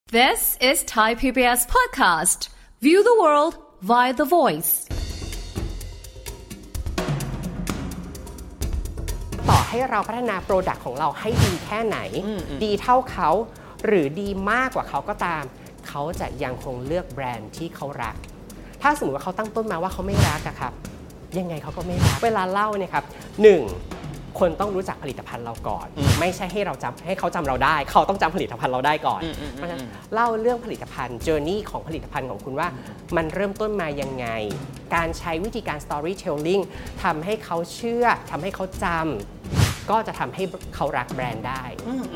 This is Thai PBS podcast. View the world via the voice. ต่อให้เราพัฒนาโปรดักต์ของเราให้ดีแค่ไหนดีเท่าเขาหรือดีมากกว่าเขาก็ตามเขาจะยังคงเลือกแบรนด์ที่เขารักถ้าสมมติว่าเขาตั้งต้นมาว่าเขาไม่รักอะครับยังไงเขาก็ไม่รักเวลาเล่าเนี่ยครับหนึ่งคนต้องรู้จักผลิตภัณฑ์เราก่อนไม่ใช่ให้เขาจำเราได้เขาต้องจำผลิตภัณฑ์เราได้ก่อนเพราะฉะนั้นเล่าเรื่องผลิตภัณฑ์ journey ของผลิตภัณฑ์ของคุณว่ามันเริ่มต้นมายังไงการใช้วิธีการ storytelling ทำให้เขาเชื่อทำให้เขาจำก็จะทำให้เขารักแบรนด์ได้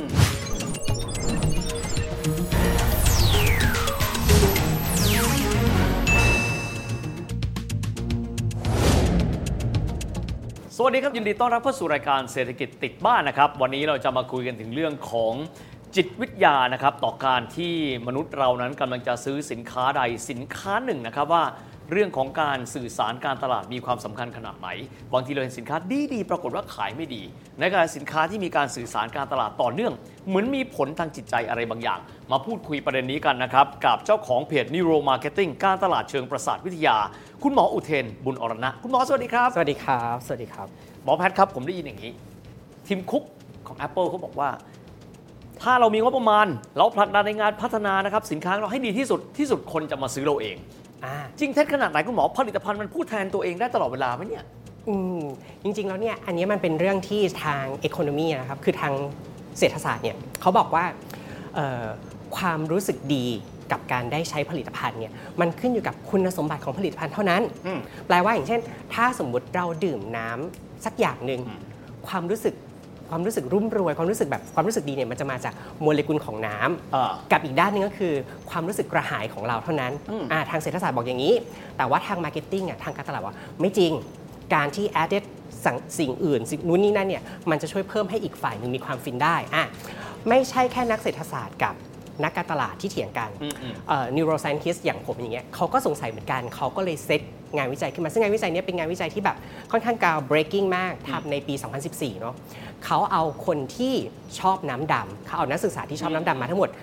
สวัสดีครับยินดีต้อนรับเข้าสู่รายการเศรษฐกิจติดบ้านนะครับวันนี้เราจะมาคุยกันถึงเรื่องของจิตวิทยานะครับต่อการที่มนุษย์เรานั้นกำลังจะซื้อสินค้าใดสินค้าหนึ่งนะครับว่าเรื่องของการสื่อสารการตลาดมีความสำคัญขนาดไหนบางทีเราเห็นสินค้าดีปรากฏว่าขายไม่ดีในการสินค้าที่มีการสื่อสารการตลาดต่อเนื่องเหมือนมีผลทางจิตใจอะไรบางอย่างมาพูดคุยประเด็นนี้กันนะครับกับเจ้าของเพจ Neuro Marketing การตลาดเชิงประสาทวิทยาคุณหมออุเทนบุญอรณะคุณหมอสวัสดีครับสวัสดีครับสวัสดีครับหมอแพทย์ครับผมได้ยินอย่างนี้ทีมคุกของ Apple เขาบอกว่าถ้าเรามีงบประมาณเราผลักดันในงานพัฒนานะครับสินค้าเราให้ดีที่สุดคนจะมาซื้อเราเองจริงเท็จขนาดไหนคุณหมอผลิตภัณฑ์มันพูดแทนตัวเองได้ตลอดเวลาไหมเนี่ยจริงๆแล้วเนี่ยอันนี้มันเป็นเรื่องที่ทาง economy นะครับคือทางเศรษฐศาสตร์เนี่ยเขาบอกว่าความรู้สึกดีกับการได้ใช้ผลิตภัณฑ์เนี่ยมันขึ้นอยู่กับคุณสมบัติของผลิตภัณฑ์เท่านั้นแปลว่าอย่างเช่นถ้าสมมุติเราดื่มน้ำสักอย่างหนึ่งความรู้สึกรุ่มรวยความรู้สึกดีเนี่ยมันจะมาจากโมเลกุลของน้ำกับอีกด้านนึงก็คือความรู้สึกกระหายของเราเท่านั้นทางเศรษฐศาสตร์บอกอย่างนี้แต่ว่าทางมาร์เก็ตติ้งทางการตลาดว่าไม่จริงการที่ added สิ่งอื่นสิ่งนู้นนี่นั่นเนี่ยมันจะช่วยเพิ่มให้อีกฝ่ายนึงมีความฟินได้ไม่ใช่แค่นักเศรษฐศาสตร์กับนักการตลาดที่เถียงกัน neuroscientist อย่างผมอย่างเงี้ยเขาก็สงสัยเหมือนกันเขาก็เลยเซตงานวิจัยขึ้นมาซึ่งงานวิจัยนี้เป็นงานวิจัยที่แบบค่อนข้างgroundbreaking มากทำในปี 2014 เนาะเขาเอาคนที่ชอบน้ำดำเขาเอานักศึกษาที่ชอบน้ำดำมาทั้งหมด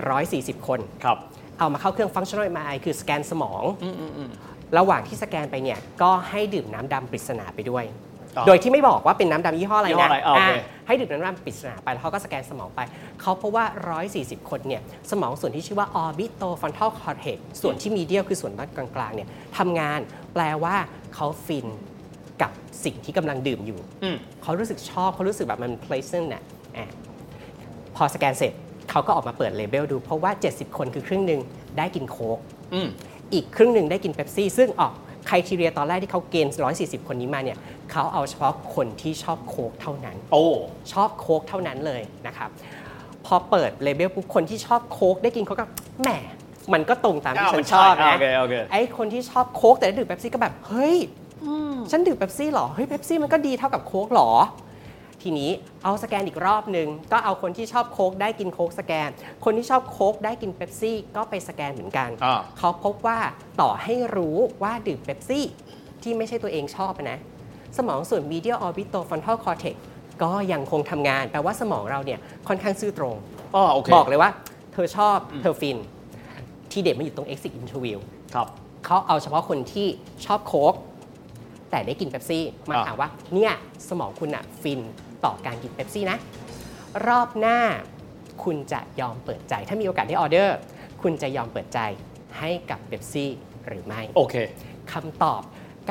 140 คนเอามาเข้าเครื่อง functional MRI คือสแกนสมองระหว่างที่สแกนไปเนี่ยก็ให้ดื่มน้ำดำปริศนาไปด้วยโดยที่ไม่บอกว่าเป็นน้ำดำยี่ห้ออะไรนะให้ดื่มน้ำดำปริศนาไปแล้วเขาก็สแกนสมองไปเขาพบว่า140 คนเนี่ยสมองส่วนที่ชื่อว่า orbitofrontal cortex ส่วนที่ medial คือส่วนด้านกลางๆเนี่ยทำงานแปลว่าเขาฟินกับสิ่งที่กำลังดื่มอยู่เขารู้สึกชอบเขารู้สึกแบบมัน pleasant น่ะพอสแกนเสร็จเขาก็ออกมาเปิดเลเบลดูเพราะว่า70 คนคือครึ่งนึงได้กินโค้กอีกครึ่งนึงได้กินเป๊ปซี่ซึ่งไครทีเรียตอนแรกที่เขาเกณฑ์140 คนนี้มาเนี่ยเขาเอาเฉพาะคนที่ชอบโค้กเท่านั้นชอบโค้กเท่านั้นเลยนะครับพอเปิดเลเบลปุ๊บคนที่ชอบโค้กได้กินโค้กก็แหมมันก็ตรงตามที่ฉันชอบนะไอ้คนที่ชอบโค้กแต่ได้ดื่มเป๊ปซี่ก็แบบเฮ้ยฉันดื่มเป๊ปซี่หรอเฮ้ยเป๊ปซี่มันก็ดีเท่ากับโค้กหรอทีนี้เอาสแกนอีกรอบนึงก็เอาคนที่ชอบโค้กได้กินโค้กสแกนคนที่ชอบโค้กได้กินเป๊ปซี่ก็ไปสแกนเหมือนกันเขาพบว่าต่อให้รู้ว่าดื่มเป๊ปซี่ที่ไม่ใช่ตัวเองชอบนะสมองส่วน medial orbitofrontal cortex ก็ยังคงทำงานแปลว่าสมองเราเนี่ยค่อนข้างซื่อตรงบอกเลยว่าเธอชอบเธอฟินที่เด็ดมันอยู่ตรง exit interview เขาเอาเฉพาะคนที่ชอบโค้กแต่ได้กินเป๊ปซี่มาถามว่าเนี่ยสมองคุณอะฟินต่อการกินเป๊ปซี่นะรอบหน้าคุณจะยอมเปิดใจถ้ามีโอกาสได้ออเดอร์คุณจะยอมเปิดใจให้กับเป๊ปซี่หรือไม่คำตอบ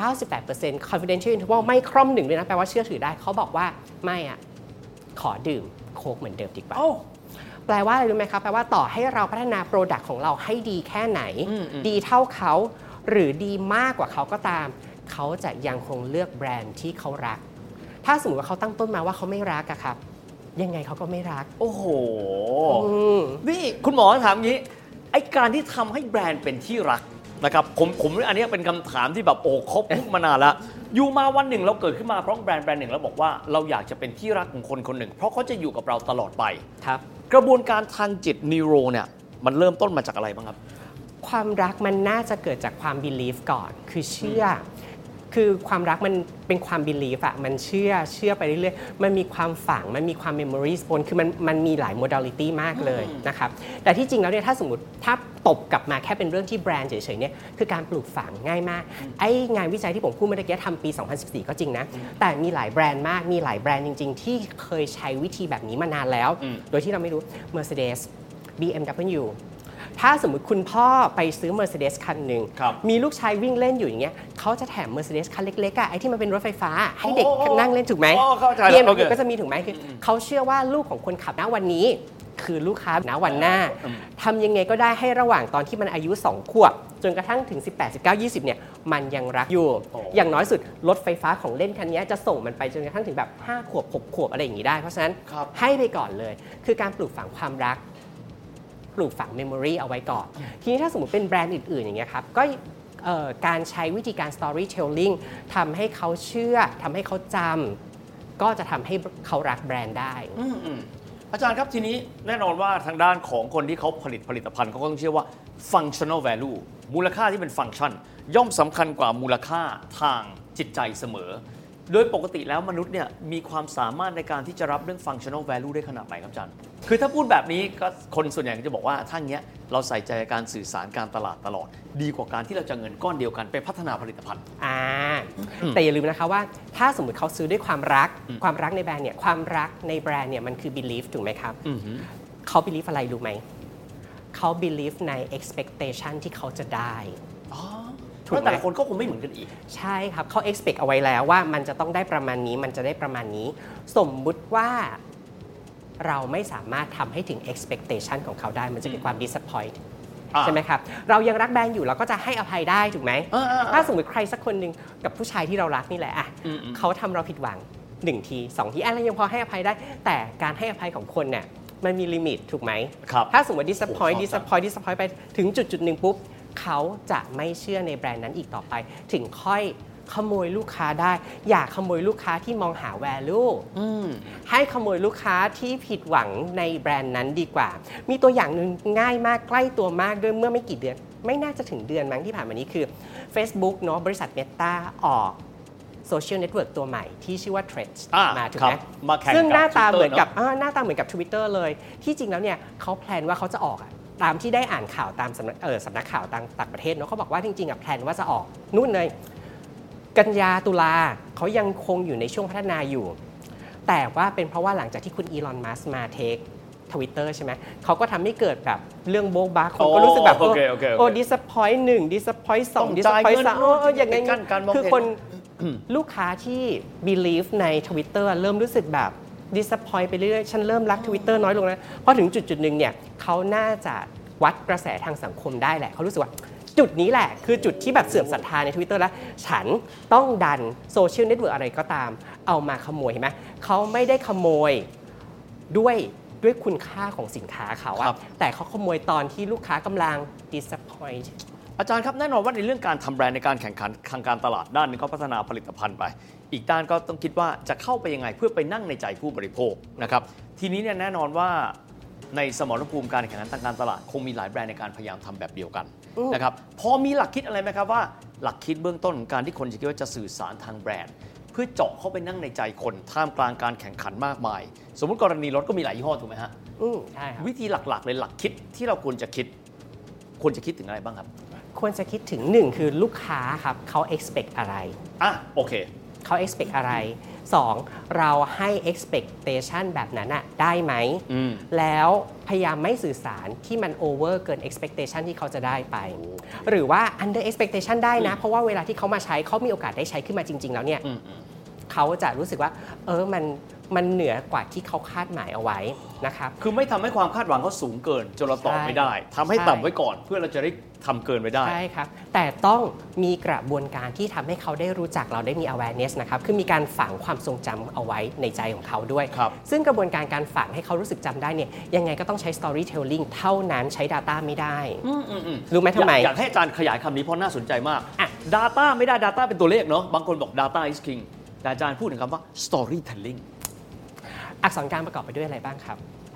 98% confidential interval ไม่คร่อม1เลยนะแปลว่าเชื่อถือได้เขาบอกว่าไม่ขอดื่มโค้กเหมือนเดิมดีกว่าแปลว่าอะไรรู้ไหมครับแปลว่าต่อให้เราพัฒนาโปรดักต์ของเราให้ดีแค่ไหนดีเท่าเขาหรือดีมากกว่าเขาก็ตามเขาจะยังคงเลือกแบรนด์ที่เขารักถ้าสมมติว่าเขาตั้งต้นมาว่าเขาไม่รักครับยังไงเขาก็ไม่รักโอ้โหนี่คุณหมอถามงี้ไอ้การที่ทำให้แบรนด์เป็นที่รักนะครับผมอันนี้เป็นคำถามที่แบบครบมานานแล้วอยู่มาวันหนึ่งเราเกิดขึ้นมาเพราะแบรนด์หนึ่งแล้วบอกว่าเราอยากจะเป็นที่รักของคนคนหนึ่งเพราะเขาจะอยู่กับเราตลอดไปครับกระบวนการทางจิตนิวโรเนี่ยมันเริ่มต้นมาจากอะไรบ้างครับความรักมันน่าจะเกิดจากความ belief ก่อนคือเชื่อคืคือความรักมันเป็นความ belief อะมันเชื่อไปเรื่อยๆมันมีความฝังมันมีความ memories ปนคือมันมีหลาย modality มากเลยนะครับแต่ที่จริงแล้วเนี่ยถ้าสมมติถ้าตบกลับมาแค่เป็นเรื่องที่แบรนด์เฉยๆเนี่ยคือการปลูกฝังง่ายมากไอ้งานวิจัยที่ผมพูดเมื่อกี้ทำปี 2014 ก็จริงนะแต่มีหลายแบรนด์มากมีหลายแบรนด์จริงๆที่เคยใช้วิธีแบบนี้มานานแล้วโดยที่เราไม่รู้ Mercedes BMW ถ้าสมมติคุณพ่อไปซื้อ Mercedes คันหนึ่งมีลูกชายวิ่งเล่นอยู่อย่างเงี้ยเขาจะแถม Mercedes คันเล็กๆไอ้ที่มันเป็นรถไฟฟ้าให้เด็กนั่งเล่นถูกไหมBMW ก็จะมีถูกไหมคือเขาเชื่อว่าลูกของคนขับณวันนี้คือลูกค้าณวันหน้าทำยังไงก็ได้ให้ระหว่างตอนที่มันอายุ2 ขวบจนกระทั่งถึง18 19 20เนี่ยมันยังรักอยู่อย่างน้อยสุดรถไฟฟ้าของเล่นคันนี้จะส่งมันไปจนกระทั่งถึงแบบ5 ขวบ6 ขวบอะไรอย่างนี้ได้เพราะฉะนั้นให้ไปก่อนเลยคือการปลูกฝังความรักปลูกฝังเมมโมรีเอาไว้ก่อนทีนี้ถ้าสมมติเป็นแบรนด์อื่นๆอย่างเงี้ยครับก็การใช้วิธีการ storytelling ทำให้เขาเชื่อทำให้เขาจำก็จะทำให้เขารักแบรนด์ได้อาจารย์ครับทีนี้แน่นอนว่าทางด้านของคนที่เขาผลิตภัณฑ์เขาก็ต้องเชื่อว่า functional value มูลค่าที่เป็นฟังก์ชันย่อมสำคัญกว่ามูลค่าทางจิตใจเสมอโดยปกติแล้วมนุษย์เนี่ยมีความสามารถในการที่จะรับเรื่อง functional value ได้ขนาดไหนครับอาจารย์คือถ้าพูดแบบนี้ก็คนส่วนใหญ่ก็จะบอกว่าถ้าอย่างเงี้ยเราใส่ใจการสื่อสารการตลาดตลอดดีกว่าการที่เราจะเงินก้อนเดียวกันไปพัฒนาผลิตภัณฑ์แต่อย่าลืมนะคะว่าถ้าสมมติเขาซื้อด้วยความรักในแบรนด์เนี่ยความรักในแบรนด์เนี่ยมันคือ belief ถูกไหมครับเขา belief อะไรรู้ไหมเขา belief ใน expectation ที่เขาจะได้เพราะแต่ละคนก็คงไม่เหมือนกันอีกใช่ครับเขา expect เอาไว้แล้วว่ามันจะต้องได้ประมาณนี้มันจะได้ประมาณนี้สมมุติว่าเราไม่สามารถทำให้ถึง expectation ของเขาได้มันจะเกิดความ disappoint ใช่ไหมครับเรายังรักแบรนด์อยู่เราก็จะให้อภัยได้ถูกไหมถ้าสมมติใครสักคนหนึ่งกับผู้ชายที่เรารักนี่แหละเขาทำเราผิดหวัง1 ที 2 ทีอะไรยังพอให้อภัยได้แต่การให้อภัยของคนเนี่ยมันมีลิมิตถูกไหมถ้าสมมติ disappoint ไปถึงจุดหนึ่งปุ๊บเขาจะไม่เชื่อในแบรนด์นั้นอีกต่อไปถึงค่อยขโมยลูกค้าได้อย่าขโมยลูกค้าที่มองหา value ให้ขโมยลูกค้าที่ผิดหวังในแบรนด์นั้นดีกว่ามีตัวอย่างนึงง่ายมากใกล้ตัวมากด้วยเมื่อไม่กี่เดือนไม่น่าจะถึงเดือนมั้งที่ผ่านมานี้คือ Facebook เนาะบริษัท Meta ออกโซเชียลเน็ตเวิร์กตัวใหม่ที่ชื่อว่า Threads มาถูกไหมซึ่งหน้าตาเหมือนกับ Twitter เลยที่จริงแล้วเนี่ยเขาแพลนว่าเขาจะออกตามที่ได้อ่านข่าวตามสำนักข่าวต่างประเทศเนาะเขาบอกว่าจริงๆแพลนว่าจะออกนู่นเลยกันยาตุลาเขายังคงอยู่ในช่วงพัฒนาอยู่แต่ว่าเป็นเพราะว่าหลังจากที่คุณอีลอน มัสก์มาเทค Twitter ใช่ไหมเขาก็ทำให้เกิดแบบเรื่องโบ๊ะบ้าคนก็รู้สึกแบบdisappoint 1 disappoint 2 disappoint 3อย่างไงคือคนลูกค้าที่ believe ใน Twitter เริ่มรู้สึกแบบ disappoint ไปเรื่อยๆฉันเริ่มรัก Twitter น้อยลงแล้วพอถึงจุดหนึ่งเนี่ยเขาน่าจะวัดกระแสทางสังคมได้แหละเขารู้สึกว่าจุดนี้แหละคือจุดที่แบบเสื่อมศรัทธาใน Twitter แล้วฉันต้องดันโซเชียลเน็ตเวิร์กอะไรก็ตามเอามาขโมยเห็นไหมเขาไม่ได้ขโมยด้วยคุณค่าของสินค้าเขาแต่เขาขโมยตอนที่ลูกค้ากำลัง disappoint อาจารย์ครับแน่นอนว่าในเรื่องการทำแบรนด์ในการแข่งขันทางการตลาดด้านนึงเขาพัฒนาผลิตภัณฑ์ไปอีกด้านก็ต้องคิดว่าจะเข้าไปยังไงเพื่อไปนั่งในใจผู้บริโภคนะครับทีนี้เนี่ยแน่นอนว่าในสมรภูมิการแข่งขันทางการตลาดคงมีหลายแบรนด์ในการพยายามทำแบบเดียวกันนะครับพอมีหลักคิดอะไรไหมครับว่าหลักคิดเบื้องต้นของการที่คนจะคิดว่าจะสื่อสารทางแบรนด์เพื่อเจาะเข้าไปนั่งในใจคนท่ามกลางการแข่งขันมากมายสมมติกรณีรถก็มีหลายยี่ห้อถูกไหมฮะใช่ครับวิธีหลักๆเลยหลักคิดที่เราควรจะคิดถึงอะไรบ้างครับควรจะคิดถึง1คือลูกค้าครับเขา expect อะไรโอเคเขา expect อะไร2เราให้ expectation แบบนั้นได้ไหมแล้วพยายามไม่สื่อสารที่มัน over เกิน expectation ที่เขาจะได้ไปหรือว่า under expectation ได้นะเพราะว่าเวลาที่เขามาใช้เขามีโอกาสได้ใช้ขึ้นมาจริงๆแล้วเนี่ยเขาจะรู้สึกว่ามันเหนือกว่าที่เขาคาดหมายเอาไว้นะครับคือไม่ทำให้ความคาดหวังเขาสูงเกินจนเราตอบไม่ได้ทำให้ต่ำไว้ก่อนเพื่อเราจะได้ทำเกินไปได้ใช่ครับแต่ต้องมีกระบวนการที่ทำให้เขาได้รู้จักเราได้มี awareness นะครับคือมีการฝังความทรงจำเอาไว้ในใจของเขาด้วยซึ่งกระบวนการการฝังให้เขารู้สึกจำได้เนี่ยยังไงก็ต้องใช้ storytelling เท่านั้นใช้ data ไม่ได้รู้ไหมทำไมอยากให้อาจารย์ขยายคำนี้เพราะน่าสนใจมากdata ไม่ได้ data เป็นตัวเลขเนาะบางคนบอก data is king แต่อาจารย์พูดถึงคำว่า storytelling อักษรกลางประกอบไปด้วยอะไรบ้างครับ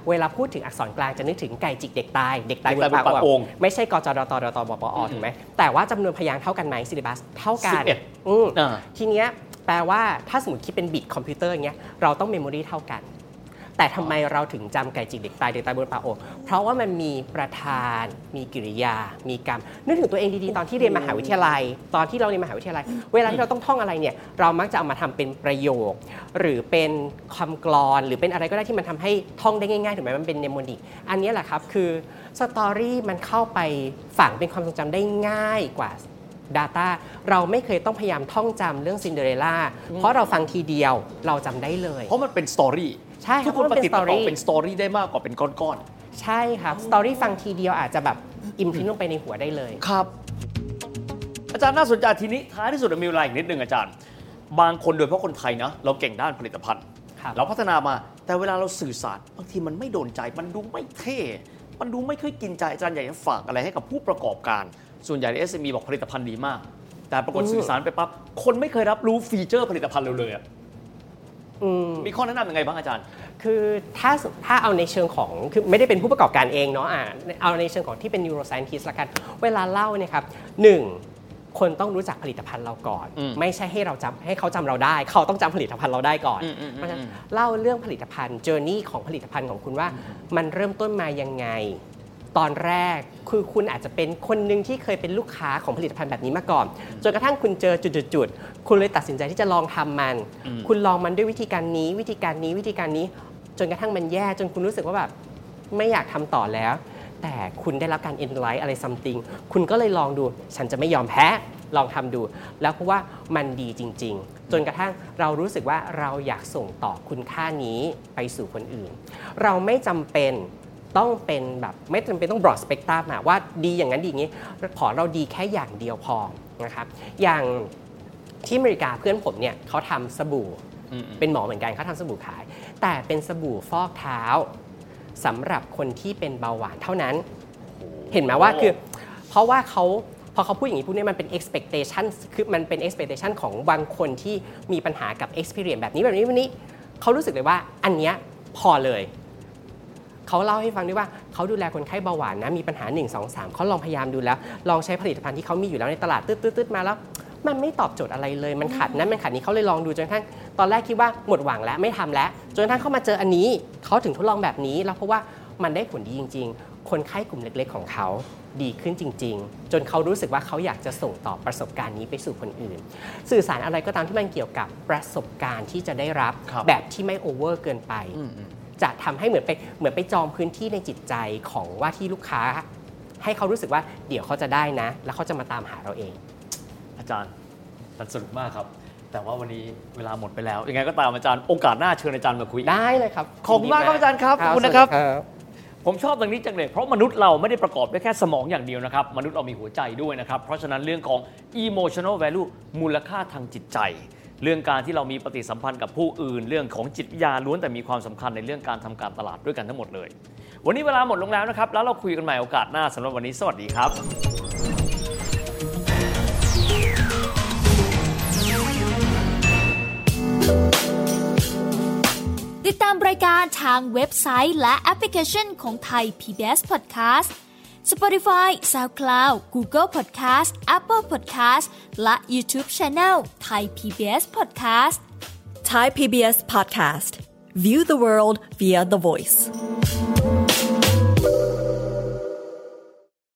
เวลาพูดถึงอักษรกลางจะนึกถึงไก่จิกเด็กตายบนปากโอ่งไม่ใช่กจดตดตบปอถูกไหมแต่ว่าจำนวนพยางค์เท่ากันไหมซิลิบัสเท่ากันทีเนี้ยแปลว่าถ้าสมมติคิดเป็นบิตคอมพิวเตอร์อย่างเงี้ยเราต้องเมมโมรีเท่ากันแต่ทำไมเราถึงจำไก่จิกเด็กตายบนปากโอ่งเพราะว่ามันมีประธานมีกริยามีกรรมนึกถึงตัวเองดีๆตอนที่เรียนมหาวิทยาลัยตอนที่เราเรียนมหาวิทยาลัยเวลาที่เราต้องท่องอะไรเนี่ยเรามักจะเอามาทำเป็นประโยคหรือเป็นคำกลอนหรือเป็นอะไรก็ได้ที่มันทำให้ท่องได้ง่ายๆถูกไหมมันเป็นเนโมนิกอันนี้แหละครับคือสตอรี่มันเข้าไปฝังเป็นความทรงจำได้ง่ายกว่าData เราไม่เคยต้องพยายามท่องจำเรื่องซินเดอเรลล่าเพราะเราฟังทีเดียวเราจำได้เลยเพราะมันเป็นสตอรี่ใช่ทุกคนปฏิบัติต่อเป็นสตอรี่ได้มากกว่าเป็นก้อนๆใช่ครับสตอรี่ฟังทีเดียวอาจจะแบบอิมพรินต์ลงไปในหัวได้เลยครับอาจารย์น่าสนใจทีนี้ท้ายที่สุดมีเวลาอีกนิดนึงอาจารย์บางคนโดยเฉพาะคนไทยนะเราเก่งด้านผลิตภัณฑ์เราพัฒนามาแต่เวลาเราสื่อสารบางทีมันไม่โดนใจมันดูไม่เท่มันดูไม่ค่อยกินใจอาจารย์อยากจะฝากอะไรให้กับผู้ประกอบการส่วนใหญ่ SME บอกผลิตภัณฑ์ดีมากแต่ปรากฏสื่อสารไปปั๊บคนไม่เคยรับรู้ฟีเจอร์ผลิตภัณฑ์เลยมีข้อแนะนำยังไงบ้างอาจารย์คือถ้าเอาในเชิงของคือไม่ได้เป็นผู้ประกอบการเองเนาะเอาในเชิงของที่เป็น neuroscientist ละกันเวลาเล่าเนี่ยครับ1คนต้องรู้จักผลิตภัณฑ์เราก่อนไม่ใช่ให้เขาจำเราได้เขาต้องจำผลิตภัณฑ์เราได้ก่อนเพราะฉะนั้นเล่าเรื่องผลิตภัณฑ์ journey ของผลิตภัณฑ์ของคุณว่ามันเริ่มต้นมายังไงตอนแรกคือคุณอาจจะเป็นคนหนึ่งที่เคยเป็นลูกค้าของผลิตภัณฑ์แบบนี้มาก่อนจนกระทั่งคุณเจอจุดๆคุณเลยตัดสินใจที่จะลองทำมันคุณลองมันด้วยวิธีการนี้จนกระทั่งมันแย่จนคุณรู้สึกว่าแบบไม่อยากทำต่อแล้วแต่คุณได้รับการ enlight อะไร something คุณก็เลยลองดูฉันจะไม่ยอมแพ้ลองทำดูแล้วเพราะว่ามันดีจริงๆจนกระทั่งเรารู้สึกว่าเราอยากส่งต่อคุณค่านี้ไปสู่คนอื่นเราไม่จำเป็นต้องเป็นแบบไม่จำเป็นต้อง broad spectrum ว่าดีอย่างนั้นดีอย่างนี้ขอเราดีแค่อย่างเดียวพอนะครับอย่างที่อเมริกาเพื่อนผมเนี่ยเขาทำสบู่เป็นหมอเหมือนกันเขาทำสบู่ขายแต่เป็นสบู่ฟอกเท้าสำหรับคนที่เป็นเบาหวานเท่านั้นเห็นไหมว่าคือเพราะว่าพอเขาพูดอย่างนี้พวกนี้มันเป็น expectation คือมันเป็น expectation ของบางคนที่มีปัญหากับ experience แบบนี้เขารู้สึกเลยว่าอันเนี้ยพอเลยเขาเล่าให้ฟังด้วยว่าเขาดูแลคนไข้เบาหวานนะมีปัญหา1 2 3เขาลองพยายามดูแล้วลองใช้ผลิตภัณฑ์ที่เขามีอยู่แล้วในตลาดตืดๆมาแล้วมันไม่ตอบโจทย์อะไรเลยมันขัดนั้นมันขัดนี้เขาเลยลองดูจนกระทั่งตอนแรกคิดว่าหมดหวังแล้วไม่ทำแล้วจนกระทั่งเขามาเจออันนี้เขาถึงทดลองแบบนี้แล้วเพราะว่ามันได้ผลดีจริงๆคนไข้กลุ่มเล็กๆของเขาดีขึ้นจริงๆจนเขารู้สึกว่าเขาอยากจะส่งต่อประสบการณ์นี้ไปสู่คนอื่นสื่อสารอะไรก็ตามที่มันเกี่ยวกับประสบการณ์ที่จะได้รับแบบที่ไม่โอเวอร์เกินไปจะทำให้เหมือนไปจองพื้นที่ในจิตใจของว่าที่ลูกค้าให้เขารู้สึกว่าเดี๋ยวเขาจะได้นะแล้วเขาจะมาตามหาเราเองอาจารย์สนุกมากครับแต่ว่าวันนี้เวลาหมดไปแล้วยังไงก็ตามอาจารย์โอกาสหน้าเชิญอาจารย์มาคุยได้เลยครับขอบคุณมากครับอาจารย์ครับขอบคุณนะครับผมชอบตรงนี้จังเลยเพราะมนุษย์เราไม่ได้ประกอบด้วยแค่สมองอย่างเดียวนะครับมนุษย์เรามีหัวใจด้วยนะครับเพราะฉะนั้นเรื่องของ emotional value มูลค่าทางจิตใจเรื่องการที่เรามีปฏิสัมพันธ์กับผู้อื่นเรื่องของจิตวิทยาล้วนแต่มีความสำคัญในเรื่องการทำการตลาดด้วยกันทั้งหมดเลยวันนี้เวลาหมดลงแล้วนะครับแล้วเราคุยกันใหม่โอกาสหน้าสำหรับวันนี้สวัสดีครับติดตามรายการทางเว็บไซต์และแอปพลิเคชันของไทย PBS Podcast Spotify, SoundCloud, Google Podcast, Apple Podcast และ YouTube Channel Thai PBS Podcast Thai PBS Podcast. View the world via the voice.